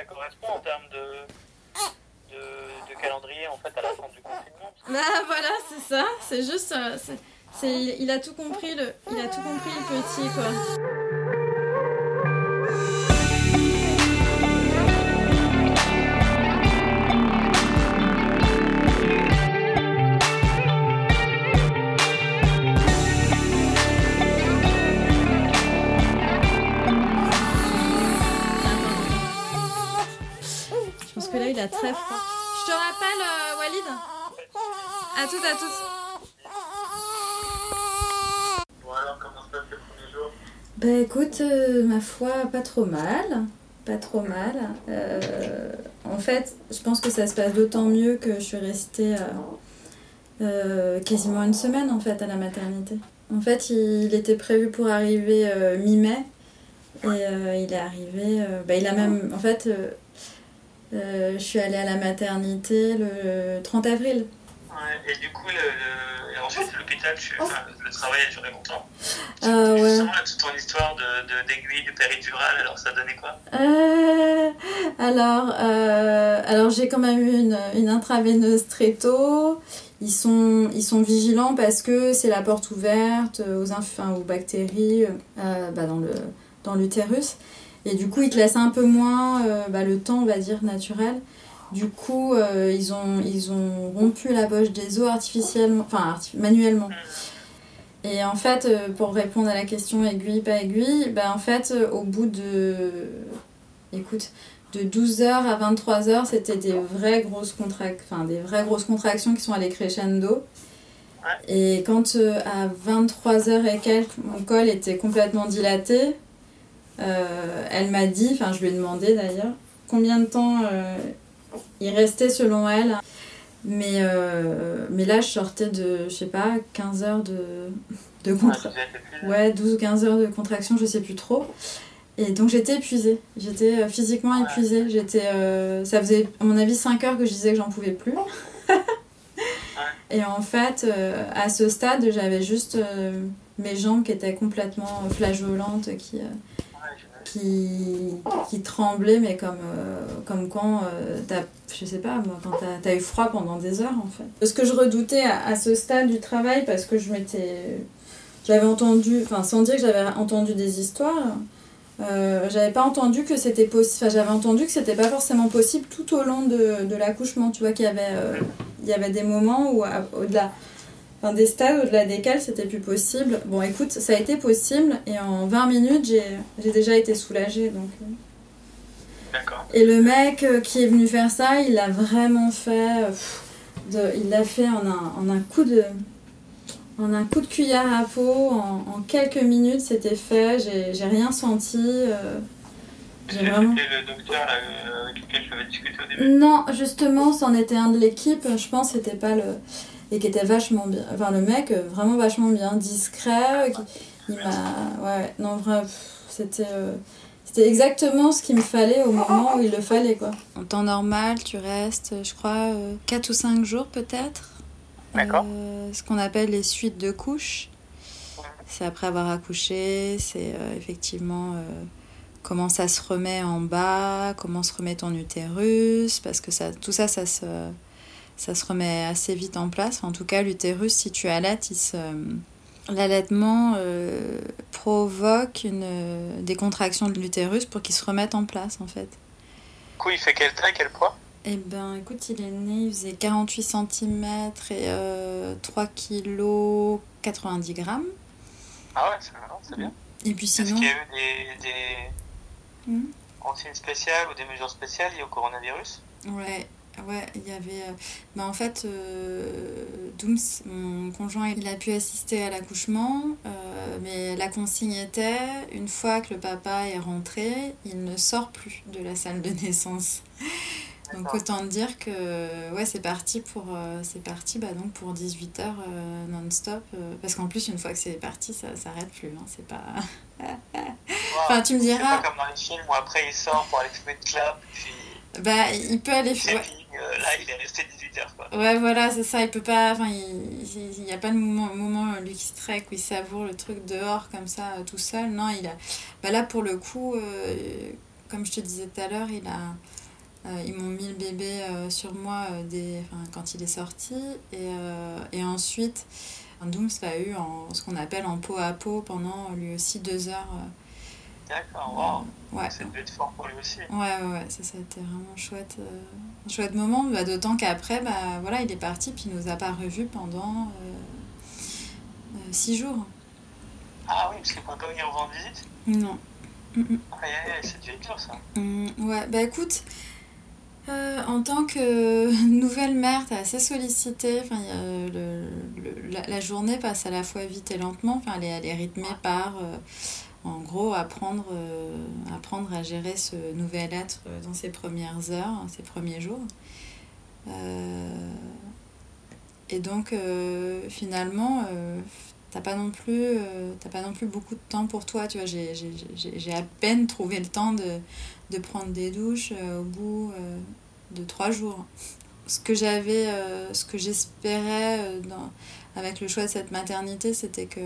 correspond en termes de calendrier en fait à la fin du confinement. Bah voilà, c'est ça. C'est juste, il a tout compris le petit quoi. Je pense que là il a très froid. Je te rappelle Walid. À toutes. Bon alors comment se passent les premiers jours? Bah écoute, ma foi, pas trop mal. En fait, je pense que ça se passe d'autant mieux que je suis restée quasiment une semaine en fait à la maternité. En fait, il était prévu pour arriver mi-mai et il est arrivé. Il a même. En fait, je suis allée à la maternité le 30 avril. Ouais, et du coup, et ensuite l'hôpital, le travail a duré longtemps. Ouais. Justement, là, toute ton histoire d'aiguille, de péridurale, alors ça donnait quoi? Alors j'ai quand même eu une intraveineuse très tôt. Ils sont vigilants parce que c'est la porte ouverte aux bactéries dans l'utérus. Et du coup, ils te laissent un peu moins le temps, on va dire, naturel. Du coup, ils ont rompu la poche des os artificiellement, manuellement. Et en fait, pour répondre à la question aiguille, pas aiguille, en fait, au bout de 12h à 23h, c'était des vraies grosses contractions qui sont allées crescendo. Et quand à 23h et quelques, mon col était complètement dilaté, elle m'a dit, je lui ai demandé d'ailleurs, combien de temps il restait selon elle. Mais là, je sortais de, je sais pas, 15 heures de contraction. Ouais, 12 ou 15 heures de contraction, je sais plus trop. Et donc j'étais épuisée. J'étais physiquement épuisée. Ça faisait, à mon avis, 5 heures que je disais que j'en pouvais plus. Et en fait, à ce stade, j'avais juste mes jambes qui étaient complètement flageolantes, qui tremblaient, mais comme quand t'as eu froid pendant des heures, en fait. Ce que je redoutais à ce stade du travail, parce que j'avais entendu, sans dire que j'avais entendu des histoires, j'avais pas entendu que c'était possible, j'avais entendu que c'était pas forcément possible tout au long de l'accouchement, tu vois, qu'il y avait des moments où au-delà, des stades au-delà desquels c'était plus possible. Bon, écoute, ça a été possible et en 20 minutes j'ai déjà été soulagée, donc. D'accord. Et le mec qui est venu faire ça, il l'a vraiment fait, il l'a fait en un coup de cuillère à peau, en quelques minutes c'était fait, j'ai rien senti. C'était le docteur là, avec lequel je avais discuté au début? Non, justement, c'en était un de l'équipe, je pense que c'était pas le... Et qui était vachement bien, le mec vraiment vachement bien, discret, il m'a... Ouais, non, vraiment, c'était exactement ce qu'il me fallait au moment où il le fallait, quoi. En temps normal, tu restes, je crois, 4 ou 5 jours peut-être. D'accord. Ce qu'on appelle les suites de couches. C'est après avoir accouché, c'est effectivement comment ça se remet en bas, comment se remet ton utérus, parce que tout ça se remet assez vite en place. En tout cas, l'utérus, si tu allaites, l'allaitement provoque des contractions de l'utérus pour qu'il se remette en place, en fait. Du coup, il fait quelle taille, quel poids? Eh ben, écoute, il est né, il faisait 48 cm et 3 kg 90 grammes. Ah ouais, c'est bien. Et puis sinon... Est-ce qu'il y a eu des consignes spéciales ou des mesures spéciales liées au coronavirus? Ouais, il y avait... en fait, Dooms, mon conjoint, il a pu assister à l'accouchement, mais la consigne était, une fois que le papa est rentré, il ne sort plus de la salle de naissance. Donc autant dire que c'est parti pour donc pour 18 heures non-stop, parce qu'en plus une fois que c'est parti ça s'arrête plus, hein, c'est pas enfin tu me diras, c'est pas comme dans les films où après il sort pour aller fumer de clope puis il peut aller là il est resté 18 heures quoi. Ouais, voilà, c'est ça, il peut pas, il y a pas de moment Lucky Strike où il savoure le truc dehors comme ça tout seul. Non, là pour le coup Comme je te disais tout à l'heure, ils m'ont mis le bébé sur moi quand il est sorti. Et ensuite, Dooms l'a eu ce qu'on appelle en peau à peau pendant lui aussi 2 heures. D'accord, wow. Ouais. Ça devait être fort pour lui aussi. Ouais, ça a été vraiment un chouette moment. D'autant qu'après, il est parti, puis il nous a pas revus pendant 6 jours. Ah oui, parce qu'il ne pouvait pas venir vous rendre visite ? Non. Ça devait être dur, ça. Ouais, écoute, en tant que nouvelle mère, t'es assez sollicitée. La journée passe à la fois vite et lentement. Elle est rythmée par, en gros, apprendre à gérer ce nouvel être dans ses premières heures, ses premiers jours. Et donc, finalement... t'as pas non plus beaucoup de temps pour toi, tu vois. J'ai à peine trouvé le temps de prendre des douches au bout de 3 jours. Ce que j'espérais avec le choix de cette maternité, c'était que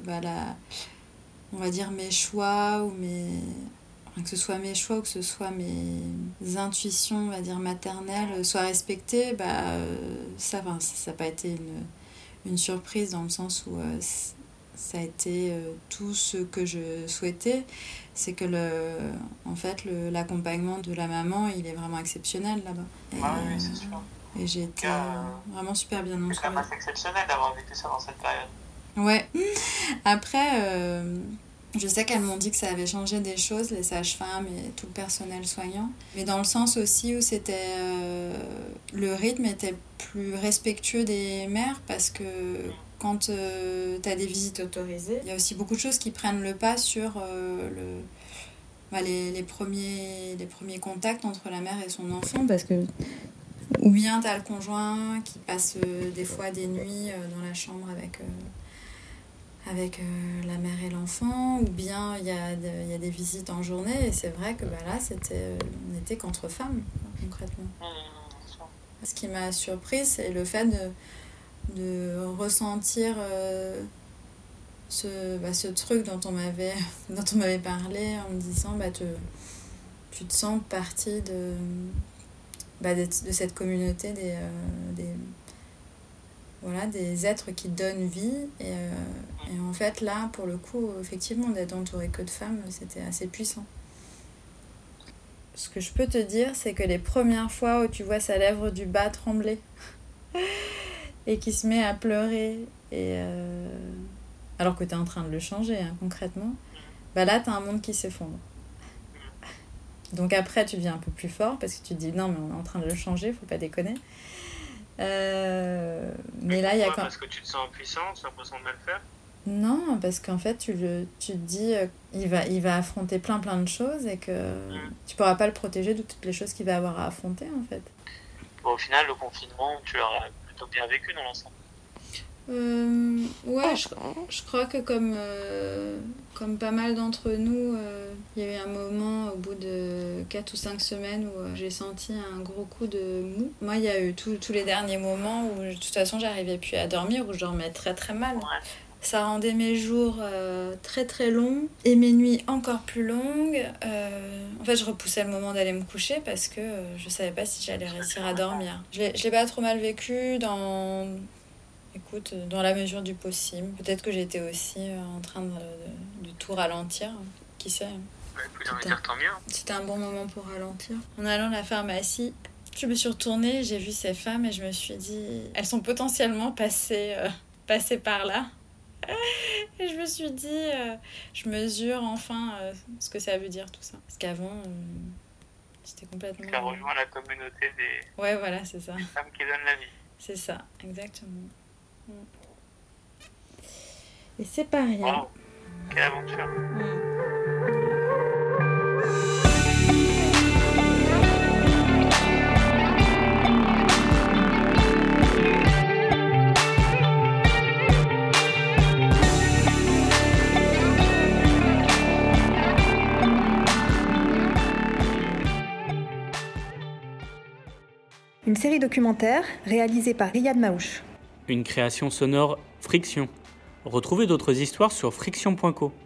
on va dire mes choix que ce soit mes choix ou que ce soit mes intuitions, on va dire maternelles, soient respectées. Ça n'a pas été une surprise dans le sens où ça a été tout ce que je souhaitais. C'est que l'accompagnement de la maman, il est vraiment exceptionnel là-bas. Oui, c'est sûr. Et j'ai été vraiment super bien entourée. C'est quand même assez exceptionnel d'avoir vécu ça dans cette période. Ouais. Après, je sais qu'elles m'ont dit que ça avait changé des choses, les sages-femmes et tout le personnel soignant. Mais dans le sens aussi où c'était... le rythme était plus respectueux des mères parce que quand tu as des visites autorisées, il y a aussi beaucoup de choses qui prennent le pas sur les premiers contacts entre la mère et son enfant. Parce que ou bien tu as le conjoint qui passe des fois des nuits dans la chambre avec la mère et l'enfant, ou bien il y a des visites en journée, et c'est vrai que là, on était qu'entre femmes, concrètement. Ce qui m'a surprise, c'est le fait de ressentir ce truc dont on m'avait parlé, en me disant tu te sens partie de cette communauté des êtres qui donnent vie. Et en fait, là, pour le coup, effectivement, d'être entourée que de femmes, c'était assez puissant. Ce que je peux te dire, c'est que les premières fois où tu vois sa lèvre du bas trembler et qui se met à pleurer, alors que tu es en train de le changer, concrètement, là, tu as un monde qui s'effondre. Donc après, tu deviens un peu plus fort parce que tu te dis non, mais on est en train de le changer, faut pas déconner. Mais là, il y a parce que tu te sens impuissant, tu as l'impression de mal faire. Non, parce qu'en fait, tu te dis il va affronter plein de choses et que tu pourras pas le protéger de toutes les choses qu'il va avoir à affronter, en fait. Au final, le confinement, tu l'auras plutôt bien vécu dans l'ensemble. Ouais, je crois que comme pas mal d'entre nous, il y a eu un moment au bout de 4 ou 5 semaines où j'ai senti un gros coup de mou. Moi, il y a eu tous les derniers moments où de toute façon j'arrivais plus à dormir, où je dormais très très mal. Ouais. Ça rendait mes jours très très longs et mes nuits encore plus longues. En fait, je repoussais le moment d'aller me coucher parce que je savais pas si j'allais réussir à dormir. Je l'ai pas trop mal vécu dans la mesure du possible. Peut-être que j'étais aussi en train de tout ralentir. Qui sait. Tant mieux. C'était un bon moment pour ralentir. En allant à la pharmacie, je me suis retournée, j'ai vu ces femmes et je me suis dit... Elles sont potentiellement passées par là. Et je me suis dit... je mesure enfin ce que ça veut dire tout ça. Parce qu'avant... c'était complètement... Tu as rejoint la communauté des... Ouais, voilà, c'est ça. Des femmes qui donnent la vie. C'est ça, exactement. Et c'est pas rien. Wow. Quelle aventure. Une série documentaire réalisée par Riyad Maouche. Une création sonore Friction. Retrouvez d'autres histoires sur friction.co.